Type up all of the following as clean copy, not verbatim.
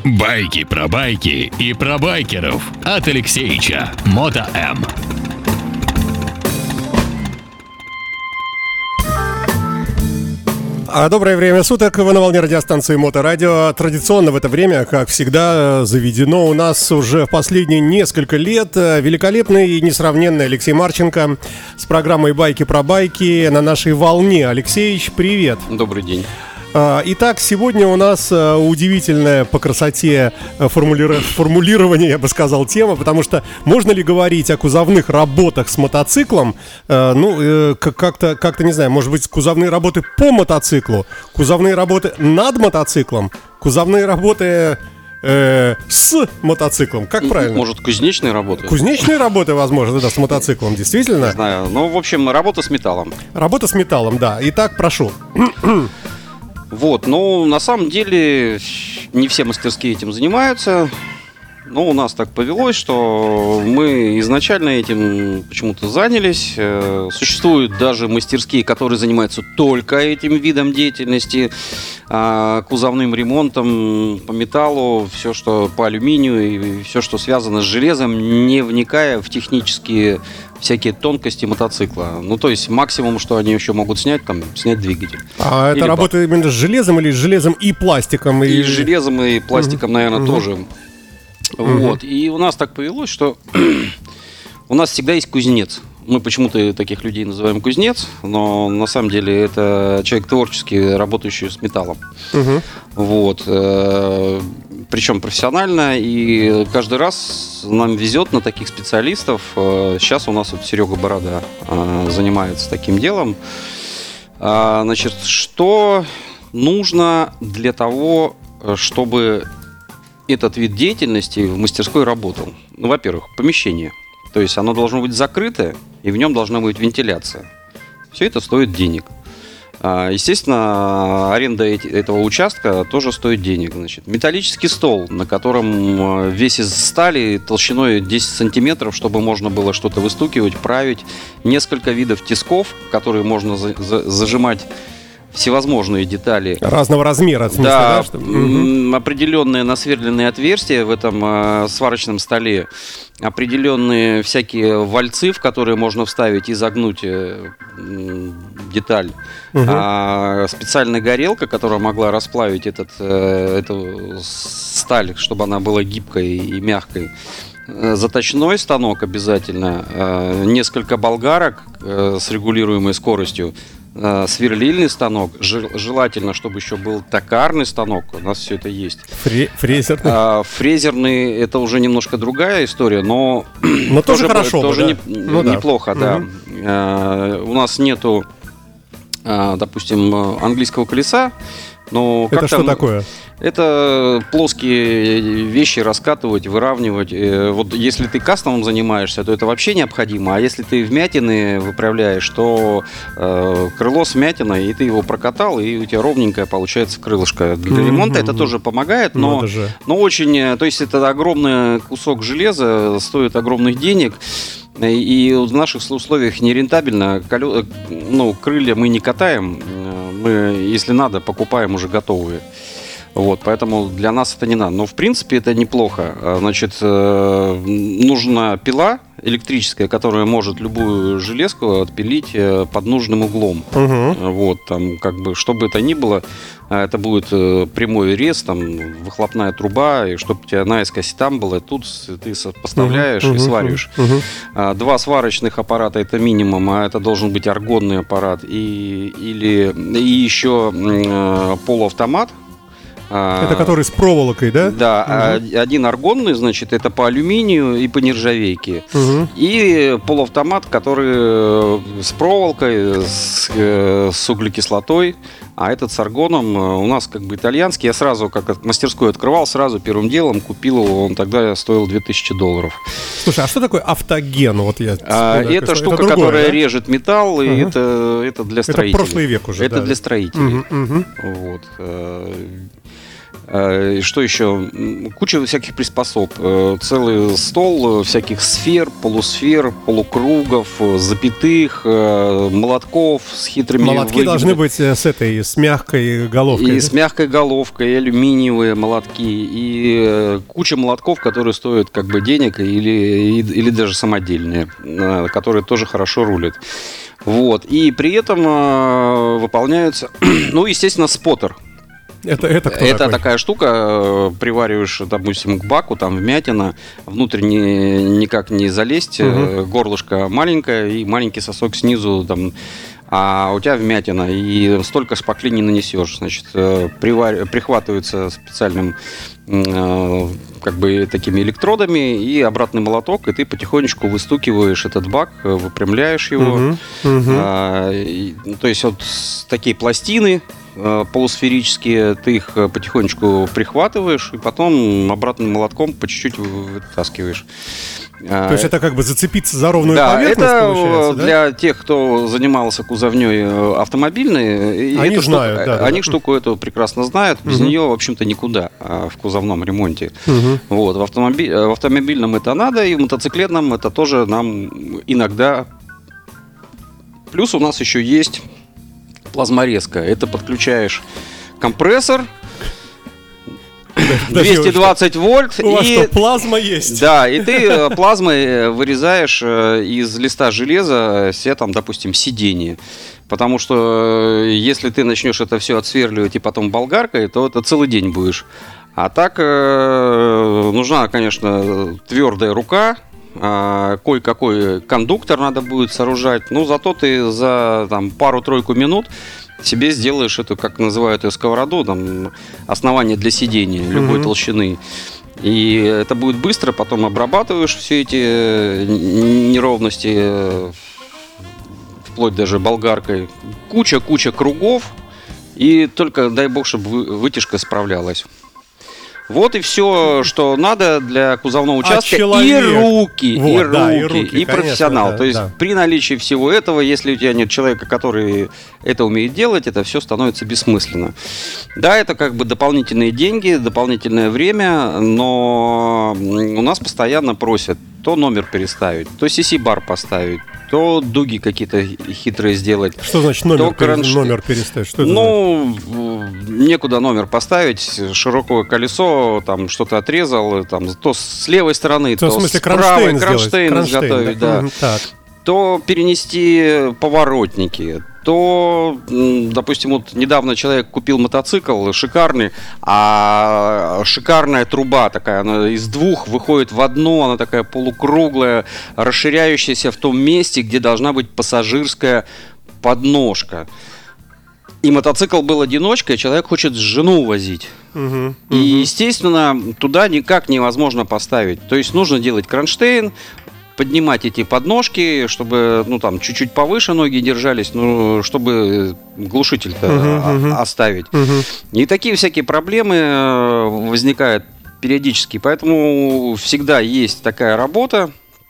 Байки про байки и про байкеров от Алексеича Мото М. Доброе время суток, вы на волне радиостанции Моторадио. Традиционно в это время, как всегда, заведено у нас уже в последние несколько лет великолепный и несравненный Алексей Марченко с программой «Байки про байки» на нашей волне. Алексеич, привет. Добрый день. Итак, сегодня у нас удивительная по красоте формулирование, я бы сказал, тема, потому что можно ли говорить о кузовных работах с мотоциклом, как-то, не знаю, может быть, кузовные работы по мотоциклу, кузовные работы над мотоциклом, кузовные работы с мотоциклом, как правильно? Может, кузнечные работы? Кузнечные работы, возможно, да, с мотоциклом, действительно? Не знаю, в общем, работа с металлом. Работа с металлом, да. Итак, прошу. На самом деле, не все мастерские этим занимаются. Но у нас так повелось, что мы изначально этим почему-то занялись. Существуют даже мастерские, которые занимаются только этим видом деятельности, кузовным ремонтом по металлу, все, что по алюминию и все, что связано с железом, не вникая в технические всякие тонкости мотоцикла. То есть максимум, что они еще могут снять двигатель. А это работа именно с железом или с железом и пластиком? И с железом, и пластиком, наверное, тоже. И у нас так повелось, что у нас всегда есть кузнец. Мы почему-то таких людей называем кузнец, но на самом деле это человек творческий, работающий с металлом. Причем профессионально, и каждый раз нам везет на таких специалистов. Сейчас у нас Серега Борода занимается таким делом. Что нужно для того, чтобы этот вид деятельности в мастерской работал? Во-первых, помещение. То есть оно должно быть закрытое, и в нем должна быть вентиляция. Все это стоит денег. Естественно, аренда этого участка тоже стоит денег. Металлический стол, на котором весь из стали толщиной 10 сантиметров, чтобы можно было что-то выстукивать, править. Несколько видов тисков, которые можно зажимать всевозможные детали. Разного размера, в смысле, да? Чтобы... Определенные насверленные отверстия в этом сварочном столе, определенные всякие вальцы, в которые можно вставить и загнуть деталь. Специальная горелка, которая могла расплавить эту сталь, чтобы она была гибкой и мягкой. Заточной станок обязательно, несколько болгарок с регулируемой скоростью, сверлильный станок, желательно, чтобы еще был токарный станок, у нас все это есть. Фрезерный? Фрезерный — это уже немножко другая история, но тоже хорошо, тоже неплохо, да. У нас нету, допустим, английского колеса, но это что такое? Это плоские вещи раскатывать, выравнивать. Если ты кастомом занимаешься, то это вообще необходимо. А если ты вмятины выправляешь, то крыло с вмятиной, и ты его прокатал, и у тебя ровненькое получается крылышко. Для ремонта это тоже помогает, но очень... То есть это огромный кусок железа, стоит огромных денег. И в наших условиях нерентабельно. Крылья мы не катаем. Мы, если надо, покупаем уже готовые. Поэтому для нас это не надо. Но в принципе это неплохо. Нужна пила электрическая, которая может любую железку отпилить под нужным углом. Что бы это ни было, это будет прямой рез, выхлопная труба, и чтобы у тебя наискось там было, тут ты поставляешь и свариваешь. 2 сварочных аппарата — это минимум, а это должен быть аргонный аппарат и еще полуавтомат. Это который с проволокой, да? Да, один аргонный, это по алюминию и по нержавейке. И полуавтомат, который с проволокой, с углекислотой, а этот с аргоном у нас итальянский. Я сразу, как мастерскую открывал, сразу первым делом купил его, он тогда стоил $2000. Слушай, а что такое автоген? Это штука, другое, которая режет металл, и это для строителей. Это прошлый век уже. Это для строителей. Что еще? Куча всяких приспособ. Целый стол всяких сфер, полусфер, полукругов, запятых, молотков с хитрыми Молотки должны быть с мягкой головкой. И с мягкой головкой, и алюминиевые молотки, и куча молотков, которые стоят как бы денег, или даже самодельные, которые тоже хорошо рулят. Вот. И при этом выполняются, ну, естественно, споттер. Это кто Это такой? такая штука, привариваешь, допустим, к баку, там вмятина, внутрь никак не залезть, горлышко маленькое и маленький сосок снизу, там, а у тебя вмятина, и столько шпаклей не нанесешь. Значит, прихватывается специальным как бы такими электродами и обратный молоток, и ты потихонечку выстукиваешь этот бак, выпрямляешь его. То есть вот такие пластины полусферические, ты их потихонечку прихватываешь и потом обратным молотком по чуть-чуть вытаскиваешь. То есть это как бы зацепиться за ровную Да, поверхность, это получается, да? для тех, кто занимался кузовней автомобильной. Они знают, да. Они штуку эту прекрасно знают. Без нее, в общем-то, никуда в кузовном ремонте. Вот, в автомобильном это надо, и в мотоциклетном это тоже нам иногда. Плюс у нас еще есть плазморезка. Это подключаешь компрессор, 220 вольт. У вас что, плазма есть? Да, и ты плазмой вырезаешь из листа железа себе там, допустим, сиденье. Потому что если ты начнешь это все отсверливать и потом болгаркой, то это целый день будешь. А так нужна, конечно, твердая рука. Кое-какой кондуктор надо будет сооружать. Но зато ты за там, пару-тройку минут себе сделаешь эту, как называют ее, сковороду, там, основание для сидения любой толщины. И это будет быстро, потом обрабатываешь все эти неровности, вплоть даже болгаркой. Куча кругов, и только дай бог, чтобы вытяжка справлялась. Вот и все, что надо для кузовного участка. Человек. И руки, вот, и руки, и профессионал. Да, то есть при наличии всего этого, если у тебя нет человека, который это умеет делать, это все становится бессмысленно. Да, это как бы дополнительные деньги, дополнительное время, но у нас постоянно просят то номер переставить, то CC-бар поставить, то дуги какие-то хитрые сделать. Что значит номер переставить? Что это некуда номер поставить, широкое колесо, там что-то отрезал, там, то с левой стороны, то в смысле, с правой, кронштейн изготовить, да. То перенести поворотники, то, допустим, вот недавно человек купил мотоцикл шикарный, а шикарная труба такая, она из двух выходит в одну, она такая полукруглая, расширяющаяся в том месте, где должна быть пассажирская подножка. И мотоцикл был одиночкой, человек хочет жену возить. И, естественно, туда никак невозможно поставить. То есть нужно делать кронштейн, поднимать эти подножки, чтобы, ну, там, чуть-чуть повыше ноги держались, ну, чтобы глушитель-то оставить. И такие всякие проблемы возникают периодически. Поэтому всегда есть такая работа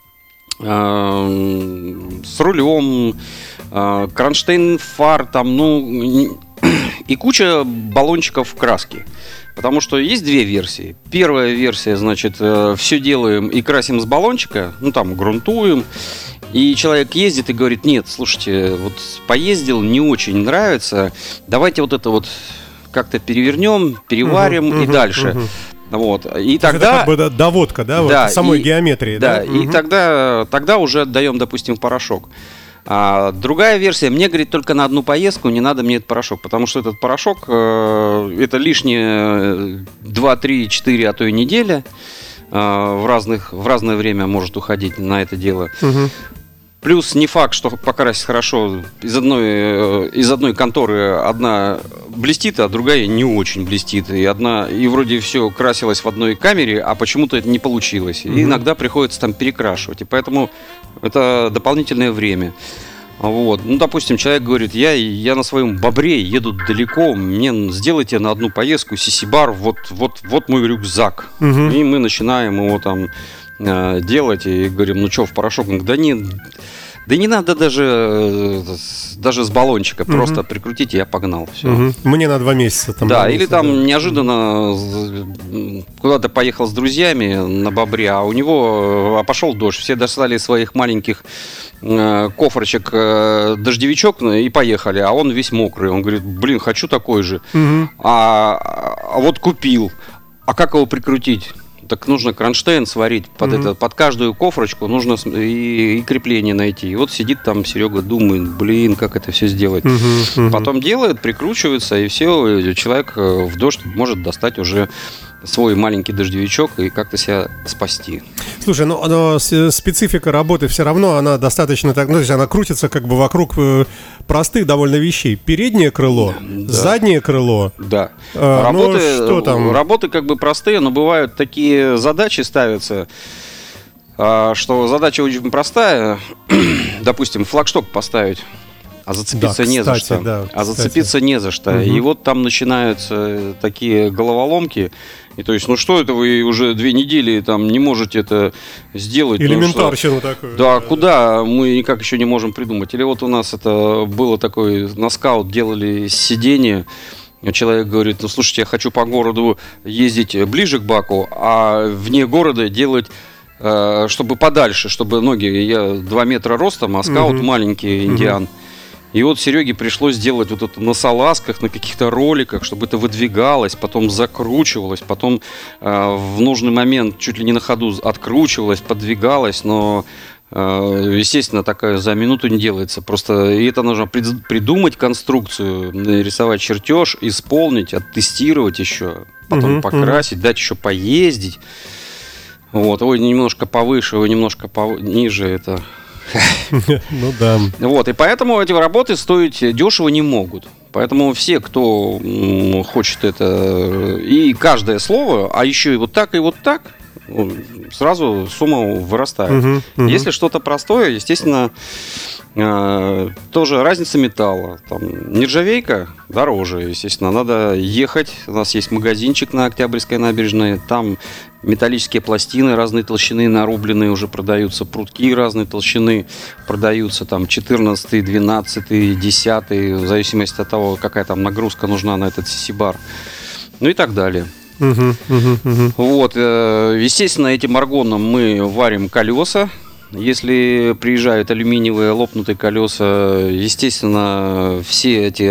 с рулем, кронштейн фар, там, ну, и куча баллончиков краски. Потому что есть две версии. Первая версия, значит, все делаем и красим с баллончика, ну там грунтуем. И человек ездит и говорит: нет, слушайте, вот поездил, не очень нравится, давайте вот это вот как-то перевернем, переварим и дальше. Вот. И тогда... Это как бы доводка, да, да, вот, самой геометрии. Да, и тогда уже отдаем, допустим, в порошок. А другая версия: мне, говорит, только на одну поездку, не надо мне этот порошок, потому что этот порошок это лишние 2, 3, 4, а то и неделя в разное время может уходить на это дело. Плюс не факт, что покрасить хорошо. Из одной конторы одна блестит, а другая не очень блестит. И вроде все красилось в одной камере, а почему-то это не получилось. И иногда приходится там перекрашивать. И поэтому это дополнительное время. Вот. Ну, допустим, человек говорит: я на своем бобре еду далеко, мне сделайте на одну поездку CC-бар, вот мой рюкзак. И мы начинаем его там делать и говорим: ну что, в порошок? Он говорит: да нет, Да не надо даже с баллончика, просто прикрутить, и я погнал. Все. Мне на 2 месяца. Там Да, или там неожиданно куда-то поехал с друзьями на бобре, а у него пошел дождь. Все достали из своих маленьких кофрочек дождевичок и поехали, а он весь мокрый. Он говорит, блин, хочу такой же. А вот купил. А как его прикрутить? Так нужно кронштейн сварить под каждую кофрочку, нужно и крепление найти. И вот сидит там Серега, думает, блин, как это все сделать. Потом делает, прикручивается, и все, человек в дождь может достать уже свой маленький дождевичок и как-то себя спасти. Слушай, но специфика работы все равно, она достаточно так, то есть она крутится как бы вокруг простых довольно вещей. Переднее крыло, заднее крыло. Да. Работы как бы простые, но бывают такие задачи ставятся, что задача очень простая. Допустим, флагшток поставить. А зацепиться не за что. И вот там начинаются такие головоломки. И то есть, что это вы уже 2 недели там не можете это сделать? Элементарщину такую. Да, куда мы никак еще не можем придумать. Или вот у нас это было такое, на скаут делали сиденье. Человек говорит, слушайте, я хочу по городу ездить ближе к баку, а вне города делать, чтобы подальше, чтобы ноги, я 2 метра ростом, а скаут маленький индиан. И вот Сереге пришлось делать вот это на салазках, на каких-то роликах, чтобы это выдвигалось, потом закручивалось, потом в нужный момент чуть ли не на ходу откручивалось, подвигалось, но, естественно, такая за минуту не делается. Просто это нужно придумать конструкцию, нарисовать чертеж, исполнить, оттестировать еще, потом покрасить, дать еще поездить. Вот, ой, немножко повыше, ой, немножко ниже это... Ну да. Вот, и поэтому эти работы стоить дешево не могут. Поэтому все, кто хочет это, и каждое слово, а еще и вот так, сразу сумма вырастает. Если что-то простое, естественно, тоже разница металла. Там, нержавейка дороже, естественно. Надо ехать. У нас есть магазинчик на Октябрьской набережной. Там металлические пластины разной толщины нарубленные уже продаются. Прутки разной толщины продаются. Там 14, 12, 10. В зависимости от того, какая там нагрузка нужна на этот сисибар. Ну и так далее. Вот. Естественно, этим аргоном мы варим колеса. Если приезжают алюминиевые лопнутые колеса, естественно, все эти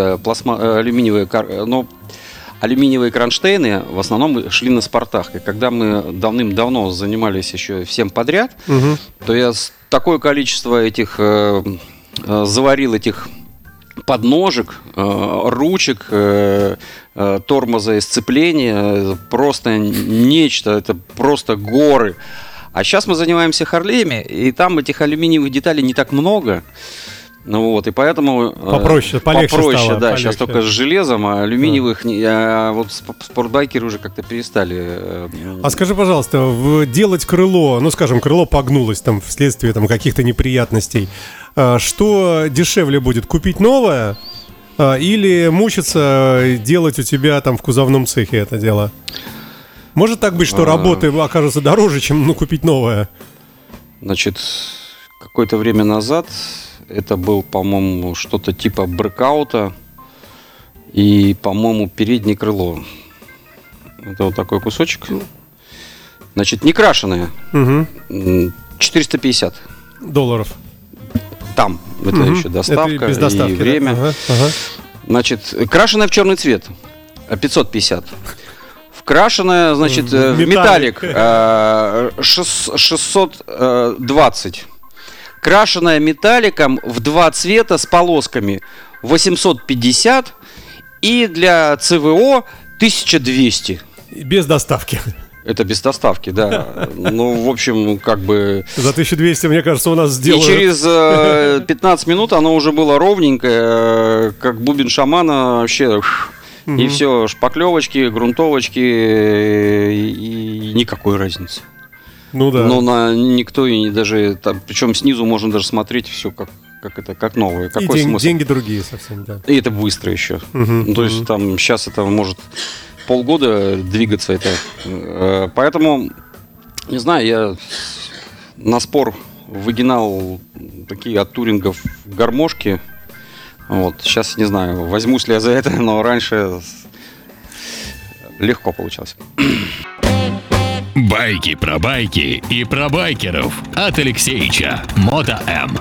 алюминиевые кронштейны в основном шли на спартах. И когда мы давным-давно занимались еще всем подряд, то я такое количество этих заварил этих подножек, ручек, тормоза и сцепления, просто нечто, это просто горы. А сейчас мы занимаемся Харлеями, и там этих алюминиевых деталей не так много. Вот, и поэтому полегче да. стало, Сейчас только с железом, а алюминиевых, вот спортбайкеры уже как-то перестали. А скажи, пожалуйста, делать крыло, скажем, крыло погнулось там вследствие там каких-то неприятностей, что дешевле будет, купить новое или мучиться делать у тебя там в кузовном цехе это дело? Может так быть, что работы окажутся дороже, чем купить новое? Значит, какое-то время назад это был, по-моему, что-то типа брекаута и, по-моему, переднее крыло. Это вот такой кусочек. Значит, не крашеное. 450 долларов. Там. Это еще доставка, это без доставки, и время. Да? Значит, крашеное в черный цвет. 550. Крашеная, значит, металлик 620. Крашеная металликом в 2 цвета с полосками 850. И для ЦВО 1200. Без доставки. Это без доставки, да. Ну, в общем, как бы... За 1200, мне кажется, у нас сделают. И через 15 минут оно уже было ровненькое, как бубен шамана вообще... И все, шпаклевочки, грунтовочки, и никакой разницы. Ну да. Но никто и даже, причем снизу можно даже смотреть все как новое. Какой смысл? Деньги другие совсем, да. И это быстро еще. То есть там сейчас это может полгода двигаться это. Поэтому, не знаю, я на спор выгинал такие от турингов гармошки. Вот. Сейчас не знаю, возьмусь ли я за это, но раньше легко получалось. Байки про байки и про байкеров от Алексеича. Мото М.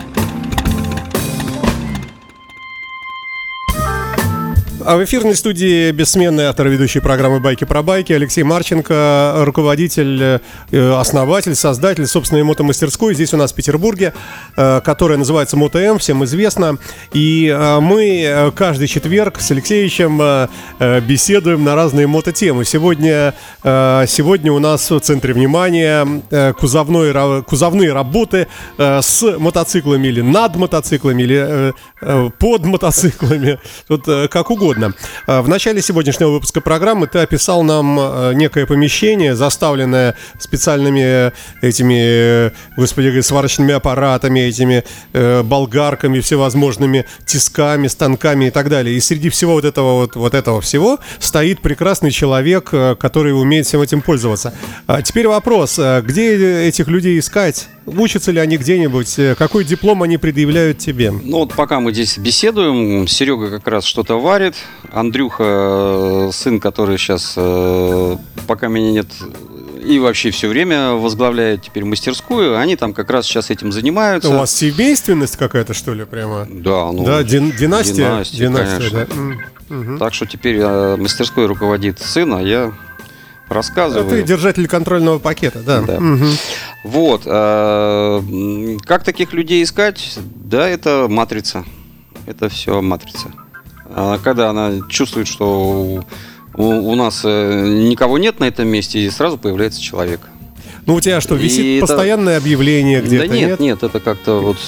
А в эфирной студии бессменный автор и ведущий программы «Байки про байки» Алексей Марченко, руководитель, основатель, создатель собственной мотомастерской здесь у нас в Петербурге, которая называется «Мото М», всем известно. И мы каждый четверг с Алексеевичем беседуем на разные мототемы. Сегодня у нас в центре внимания кузовные работы с мотоциклами или над мотоциклами, или под мотоциклами, тут как угодно. В начале сегодняшнего выпуска программы ты описал нам некое помещение, заставленное специальными этими, господи, сварочными аппаратами, этими болгарками, всевозможными тисками, станками и так далее. И среди всего вот этого всего стоит прекрасный человек, который умеет всем этим пользоваться. Теперь вопрос, где этих людей искать? Учатся ли они где-нибудь? Какой диплом они предъявляют тебе? Ну вот пока мы здесь беседуем, Серега как раз что-то варит. Андрюха, сын, который сейчас, пока меня нет, и вообще все время возглавляет теперь мастерскую, они там как раз сейчас этим занимаются. У вас семейственность какая-то, что ли, прямо? Да, ну... Да, династия, конечно. Да. Угу. Так что теперь мастерской руководит сын, а я рассказываю. Ты держатель контрольного пакета, да. Да. Угу. Вот. Как таких людей искать? Да, это матрица. Это все матрица. Когда она чувствует, что у нас никого нет на этом месте, и сразу появляется человек. Ну, у тебя что, висит И постоянное объявление где-то? Да нет, это как-то вот...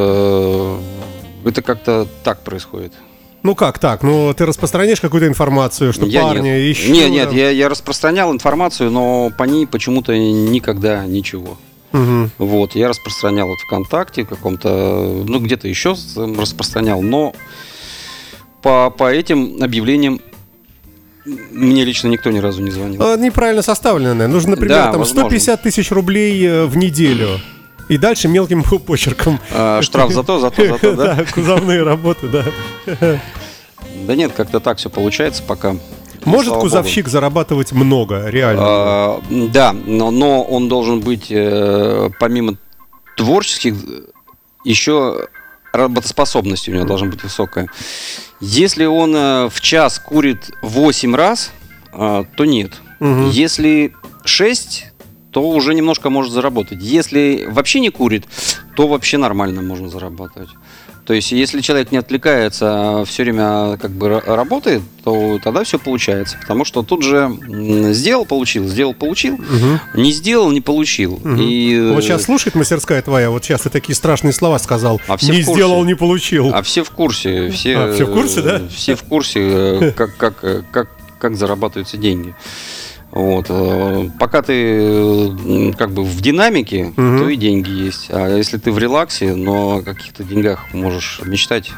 Это как-то так происходит. Ну как так? Ну ты распространяешь какую-то информацию, что парни ищут? Нет, я распространял информацию, но по ней почему-то никогда ничего. Угу. Вот, я распространял вот ВКонтакте каком-то, ну где-то еще распространял, но по этим объявлениям мне лично никто ни разу не звонил. Неправильно составленное. Нужно, например, Да, там 150 тысяч рублей в неделю. И дальше мелким почерком. Штраф за то, да? Да, кузовные работы, да. Да нет, как-то так все получается пока. Может кузовщик зарабатывать много, реально? Да, но он должен быть, помимо творческих, еще работоспособность у него должна быть высокая. Если он в час курит 8 раз, то нет. Угу. Если 6, то уже немножко может заработать. Если вообще не курит, то вообще нормально можно зарабатывать. То есть, если человек не отвлекается, а все время как бы работает, то тогда все получается. Потому что тут же сделал, получил, угу. Не сделал, не получил. Угу. И... Вот сейчас слушает мастерская твоя, вот сейчас ты такие страшные слова сказал. Не сделал, не получил. А все в курсе. Все в курсе, да? Все в курсе, как зарабатываются деньги. Вот. Пока ты как бы в динамике, то и деньги есть. А если ты в релаксе, но о каких-то деньгах можешь мечтать.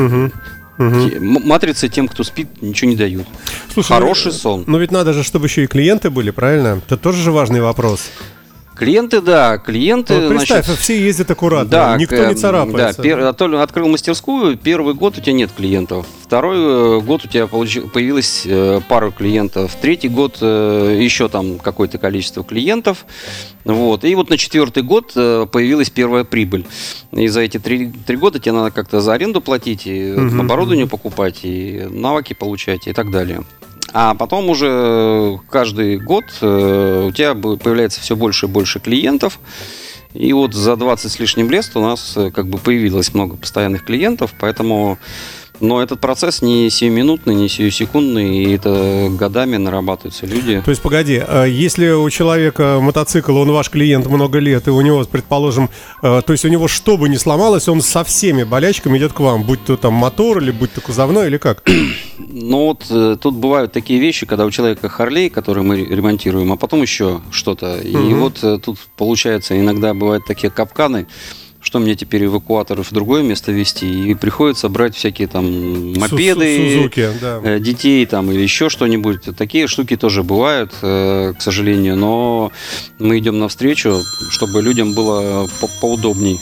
Матрицы тем, кто спит, ничего не дают. Слушай, хороший сон. Но ведь надо же, чтобы еще и клиенты были, правильно? Это тоже же важный вопрос. Клиенты, да, клиенты. Ну, представь, значит, все ездят аккуратно, да, никто не царапается. Да, открыл мастерскую, первый год у тебя нет клиентов, второй год у тебя появилась пара клиентов, третий год еще там какое-то количество клиентов, вот, и вот на четвертый год появилась первая прибыль. И за эти три года тебе надо как-то за аренду платить, и оборудование покупать, и навыки получать, и так далее. А потом уже каждый год у тебя появляется все больше и больше клиентов. И вот за 20 с лишним лет у нас как бы появилось много постоянных клиентов, поэтому... Но этот процесс не сиюминутный, не сиюсекундный, и это годами нарабатываются люди. То есть, погоди, если у человека мотоцикл, он ваш клиент много лет, и у него, предположим, то есть у него что бы ни сломалось, он со всеми болячками идет к вам, будь то там мотор, или будь то кузовной, или как? Ну вот тут бывают такие вещи, когда у человека Харлей, который мы ремонтируем, а потом еще что-то. И вот тут получается, иногда бывают такие капканы, что мне теперь эвакуаторы в другое место везти, и приходится брать всякие там мопеды, Сузуки, да. детей там или еще что-нибудь. Такие штуки тоже бывают, к сожалению, но мы идем навстречу, чтобы людям было поудобней.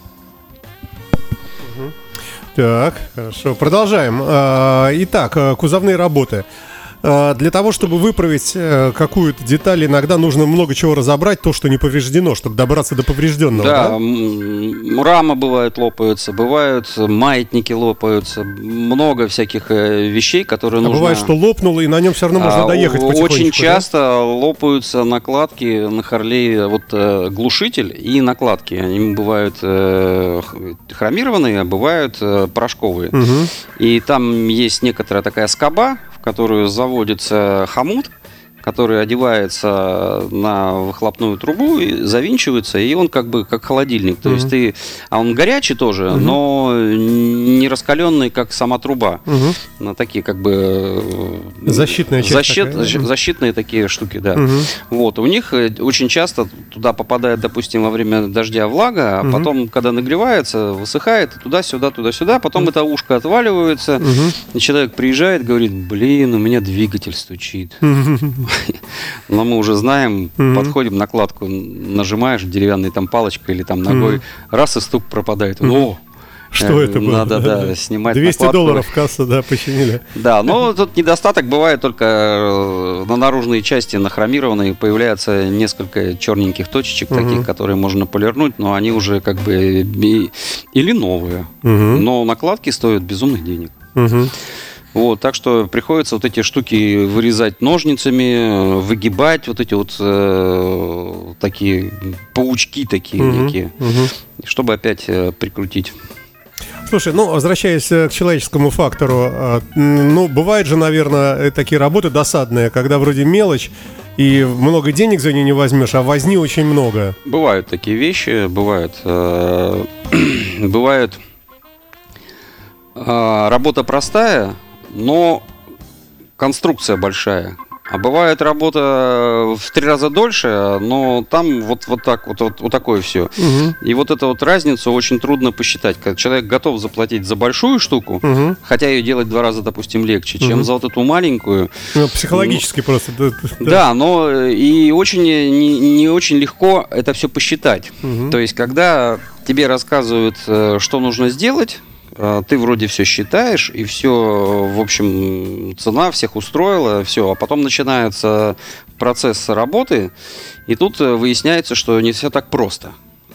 Так, хорошо. Продолжаем. Итак, кузовные работы. Для того, чтобы выправить какую-то деталь, иногда нужно много чего разобрать, то, что не повреждено, чтобы добраться до поврежденного. Да, рамы бывают лопаются, бывают маятники лопаются, много всяких вещей, которые нужно... Бывает, что лопнуло, и на нем все равно можно доехать потихонечку. Очень часто лопаются накладки на Харлей, вот глушитель и накладки. Они бывают хромированные, а бывают порошковые. Угу. И там есть некоторая такая скоба, в которую заводится хомут, который одевается на выхлопную трубу и завинчивается, и он как бы как холодильник. То есть ты, а он горячий тоже, но не раскаленный, как сама труба. На такие как бы защитная часть защитные такие штуки, да. Вот у них очень часто туда попадает, допустим, во время дождя влага, а потом, когда нагревается, высыхает, туда-сюда, туда-сюда, потом это ушко отваливается, и человек приезжает, говорит: блин, у меня двигатель стучит. Но мы уже знаем, подходим, накладку нажимаешь, деревянной там палочкой или там ногой, раз и стук пропадает. О, что это было? Надо, да, снимать $200 накладку. касса, да, починили. Да, но тут недостаток бывает только на наружные части, на хромированные, появляется несколько черненьких точечек таких, которые можно полирнуть, но они уже как бы или новые. Но накладки стоят безумных денег. Вот, так что приходится вот эти штуки вырезать ножницами, выгибать, вот эти вот такие паучки такие некие, чтобы опять прикрутить. Слушай, ну, возвращаясь к человеческому фактору, ну, бывают же, наверное, такие работы досадные, когда вроде мелочь, и много денег за нее не возьмешь, а возни очень много. Бывают такие вещи, бывают работа простая, но конструкция большая. А бывает работа в 3 раза дольше, но там вот так вот такое все. И вот эту вот разницу очень трудно посчитать. Когда человек готов заплатить за большую штуку, хотя ее делать 2 раза, допустим, легче, чем за вот эту маленькую. Ну, психологически просто. Да, но и очень не очень легко это все посчитать. То есть, когда тебе рассказывают, что нужно сделать, ты вроде все считаешь, и все, в общем, цена всех устроила, все. А потом начинается процесс работы, и тут выясняется, что не все так просто.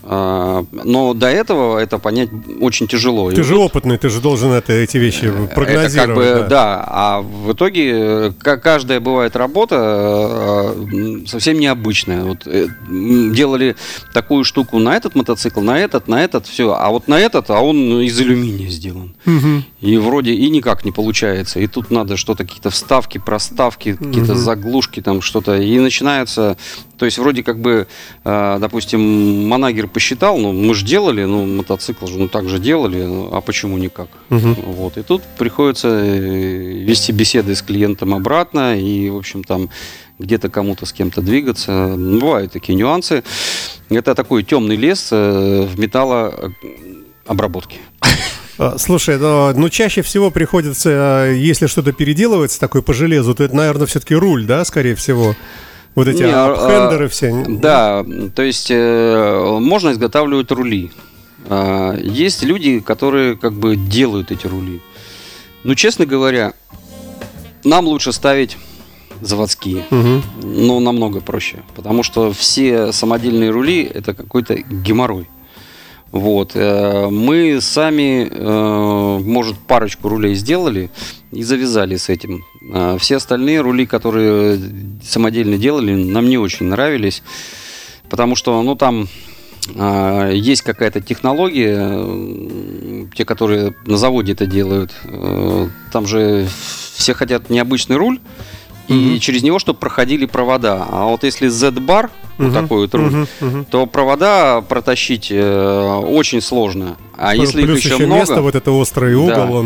Но до этого это понять очень тяжело. Ты же опытный, ты же должен эти вещи прогнозировать. Это как бы, да. А в итоге каждая бывает работа совсем необычная. Вот делали такую штуку на этот мотоцикл, на этот, все. А вот на этот, а он из алюминия сделан. И вроде и никак не получается. И тут надо что-то, какие-то вставки, проставки, какие-то заглушки, там что-то. И начинается... То есть вроде как бы, допустим, манагер посчитал, ну мы же делали, ну мотоцикл же, ну так же делали, а почему никак? Вот. И тут приходится вести беседы с клиентом обратно и, в общем, там где-то кому-то с кем-то двигаться. Бывают такие нюансы. Это такой темный лес в металлообработке. Слушай, ну чаще всего приходится, если что-то переделывается такое по железу, то это, наверное, все-таки руль, да, скорее всего? Вот эти апхендеры все. Да, то есть можно изготавливать рули. Есть люди, которые как бы делают эти рули. Но, честно говоря, нам лучше ставить заводские. Но намного проще. Потому что все самодельные рули — это какой-то геморрой. Вот. Мы сами, может, парочку рулей сделали и завязали с этим. Все остальные рули, которые самодельно делали, нам не очень нравились, потому что, ну, там есть какая-то технология, те, которые на заводе это делают, там же все хотят необычный руль, и через него, чтобы проходили провода. А вот если Z-бар, вот такой вот руль, то провода протащить очень сложно. А если плюс их еще много... место, вот это острый угол, он...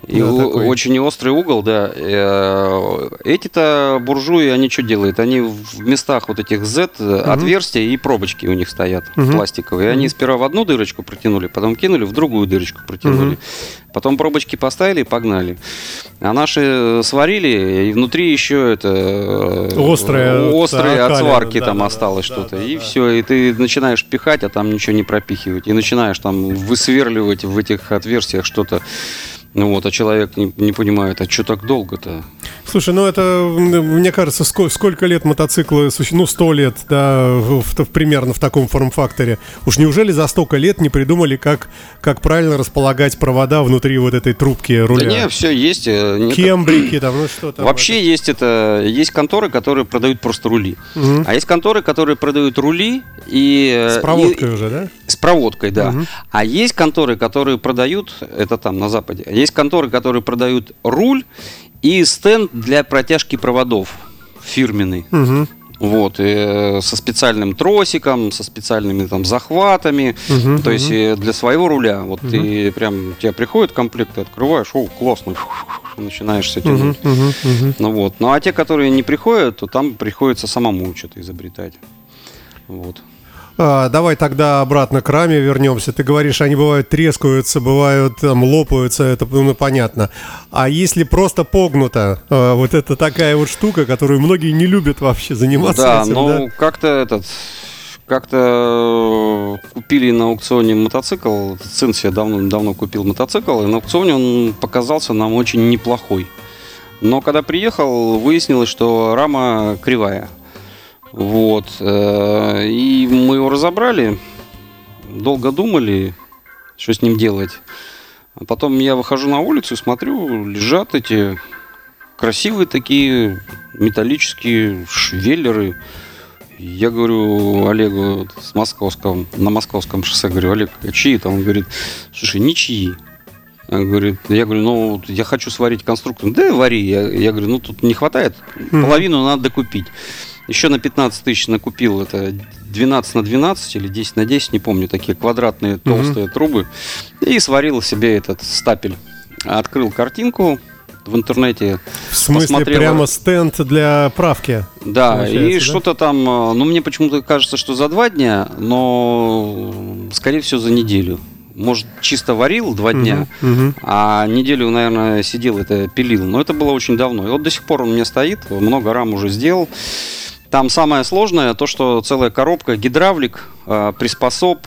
И очень острый угол, да. Эти-то буржуи, они что делают? Они в местах вот этих Z отверстия и пробочки у них стоят пластиковые. Они сперва в одну дырочку протянули, потом кинули, в другую дырочку протянули. Потом пробочки поставили и погнали. А наши сварили, и внутри еще это острые от сварки там осталось что-то. И все, и ты начинаешь пихать, а там ничего не пропихивать. И начинаешь там высверливать в этих отверстиях что-то. Ну вот, а человек не понимает, а что так долго-то? Слушай, ну это, мне кажется, сколько лет мотоциклы, 100 лет, да, примерно в таком форм-факторе. Уж неужели за столько лет не придумали, как правильно располагать провода внутри вот этой трубки руля? Да не, все есть. Кембрики там, ну что там. Вообще есть конторы, которые продают просто рули. А есть конторы, которые продают рули и... С проводкой уже, да? С проводкой, да. А есть конторы, которые продают, это там на Западе, есть конторы, которые продают руль и стенд для протяжки проводов фирменный. Вот, и со специальным тросиком, со специальными там захватами. То есть для своего руля. Вот ты прям, у тебя приходит комплект, ты открываешь, классно, начинаешь с этим. Ну вот. Ну а те, которые не приходят, то там приходится самому что-то изобретать. Вот. Давай тогда обратно к раме вернемся. Ты говоришь, они бывают трескаются, бывают там лопаются, это понятно. А если просто погнуто, вот это такая вот штука, которую многие не любят вообще заниматься этим, да? Как-то купили на аукционе мотоцикл. Сын себе давно купил мотоцикл, и на аукционе он показался нам очень неплохой. Но когда приехал, выяснилось, что рама кривая. Вот. И мы его разобрали, долго думали, что с ним делать. А потом я выхожу на улицу и смотрю, лежат эти красивые такие металлические швеллеры. Я говорю Олегу на московском шоссе, говорю: Олег, а чьи там? Он говорит: слушай, ничьи. Я говорю, ну, я хочу сварить конструктор. Да, вари. Я говорю, ну, тут не хватает, половину надо докупить. Еще на 15 тысяч накупил, это 12 на 12 или 10 на 10, не помню, такие квадратные толстые трубы. И сварил себе этот стапель. Открыл картинку в интернете. В смысле, прямо стенд для правки? Да, и что-то там, ну, мне почему-то кажется, что за 2 дня, но, скорее всего, за неделю. Может, чисто варил 2 дня, а неделю, наверное, сидел, это пилил. Но это было очень давно. И вот до сих пор он у меня стоит, много рам уже сделал. Там самое сложное то, что целая коробка, гидравлик, приспособ,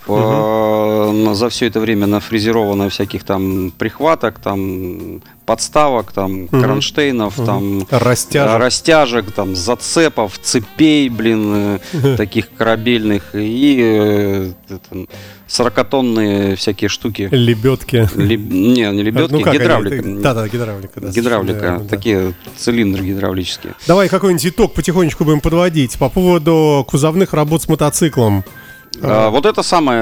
за все это время нафрезеровано всяких там прихваток, там подставок, там кронштейнов, там растяжек, там зацепов, цепей, таких корабельных и 40-тонные всякие штуки. Лебедки. Не лебедки, гидравлика. Да, гидравлика. Да, гидравлика, такие цилиндры гидравлические. Давай какой-нибудь итог потихонечку будем подводить по поводу кузовных работ с мотоциклом. Вот это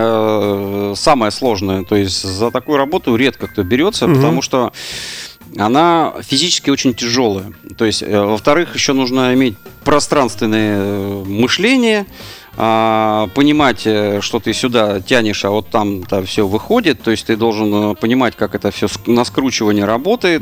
самое сложное. То есть за такую работу редко кто берется, потому что она физически очень тяжелая. То есть, во-вторых, еще нужно иметь пространственное мышление, понимать, что ты сюда тянешь, а вот там-то все выходит. То есть ты должен понимать, как это все на скручивание работает.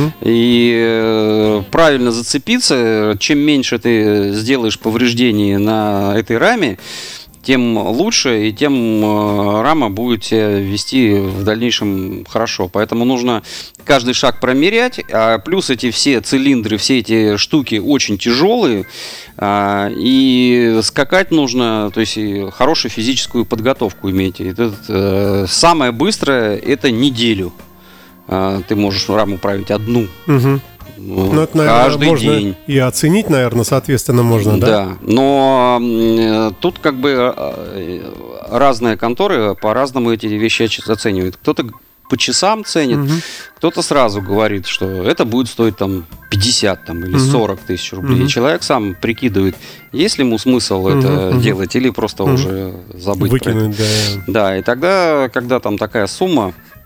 И правильно зацепиться. Чем меньше ты сделаешь повреждений на этой раме, тем лучше, и тем рама будет себя вести в дальнейшем хорошо. Поэтому нужно каждый шаг промерять, а плюс эти все цилиндры, все эти штуки очень тяжелые, и скакать нужно, то есть и хорошую физическую подготовку иметь. Самое быстрое — это неделю. Ты можешь раму править одну. Ну, это, наверное, каждый можно день. И оценить, наверное, соответственно, можно, да? Да, но тут как бы разные конторы по-разному эти вещи оценивают. Кто-то по часам ценит, кто-то сразу говорит, что это будет стоить там 50 там, или 40 тысяч рублей. И человек сам прикидывает, есть ли ему смысл это делать или просто уже забыть. Выкинуть, про это. Да, и тогда, когда там такая сумма,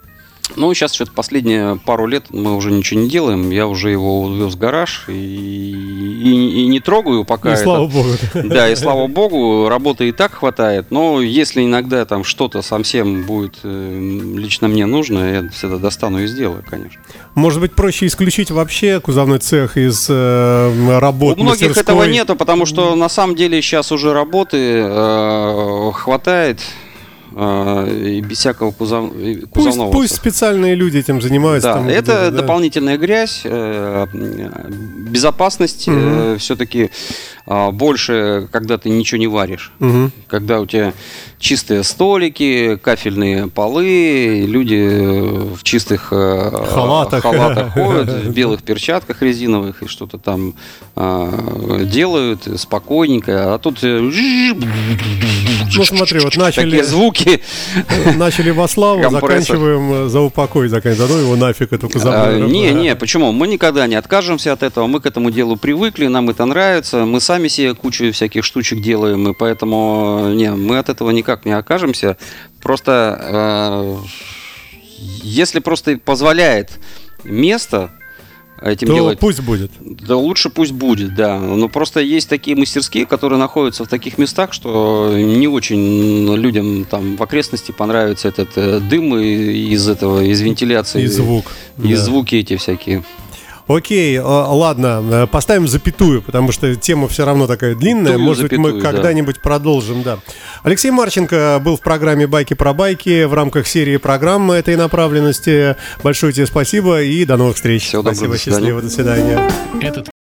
Ну, сейчас что-то последние пару лет мы уже ничего не делаем. Я уже его увез в гараж и не трогаю пока. И слава богу. Да, и слава богу, работы и так хватает. Но если иногда там что-то совсем будет лично мне нужно, я всегда достану и сделаю, конечно. Может быть, проще исключить вообще кузовной цех из работ У многих мастерской? этого нету, потому что на самом деле сейчас уже работы хватает. И без всякого кузовного. Пусть специальные люди этим занимаются. Да, там, это да. дополнительная грязь, безопасность все-таки больше, когда ты ничего не варишь. Когда у тебя чистые столики, кафельные полы, люди в чистых халатах ходят, в белых перчатках резиновых и что-то там делают спокойненько. А тут Ну смотри, вот такие звуки. Начали во славу, заканчиваем за упокой, за ну его нафиг, эту кузовную. Не, почему? Мы никогда не откажемся от этого, мы к этому делу привыкли, нам это нравится, мы сами себе кучу всяких штучек делаем, и поэтому мы от этого никак не окажемся. Просто если просто позволяет место этим то делать, пусть будет. Да лучше пусть будет, да. Но просто есть такие мастерские, которые находятся в таких местах, что не очень людям там в окрестности понравится этот дым из вентиляции. И звук. И звуки эти всякие. Окей, ладно, поставим запятую, потому что тема все равно такая длинная. Может быть, мы когда-нибудь продолжим, да. Алексей Марченко был в программе «Байки про байки» в рамках серии программы этой направленности. Большое тебе спасибо и до новых встреч. Всего доброго, спасибо, счастливо, до свидания. Этот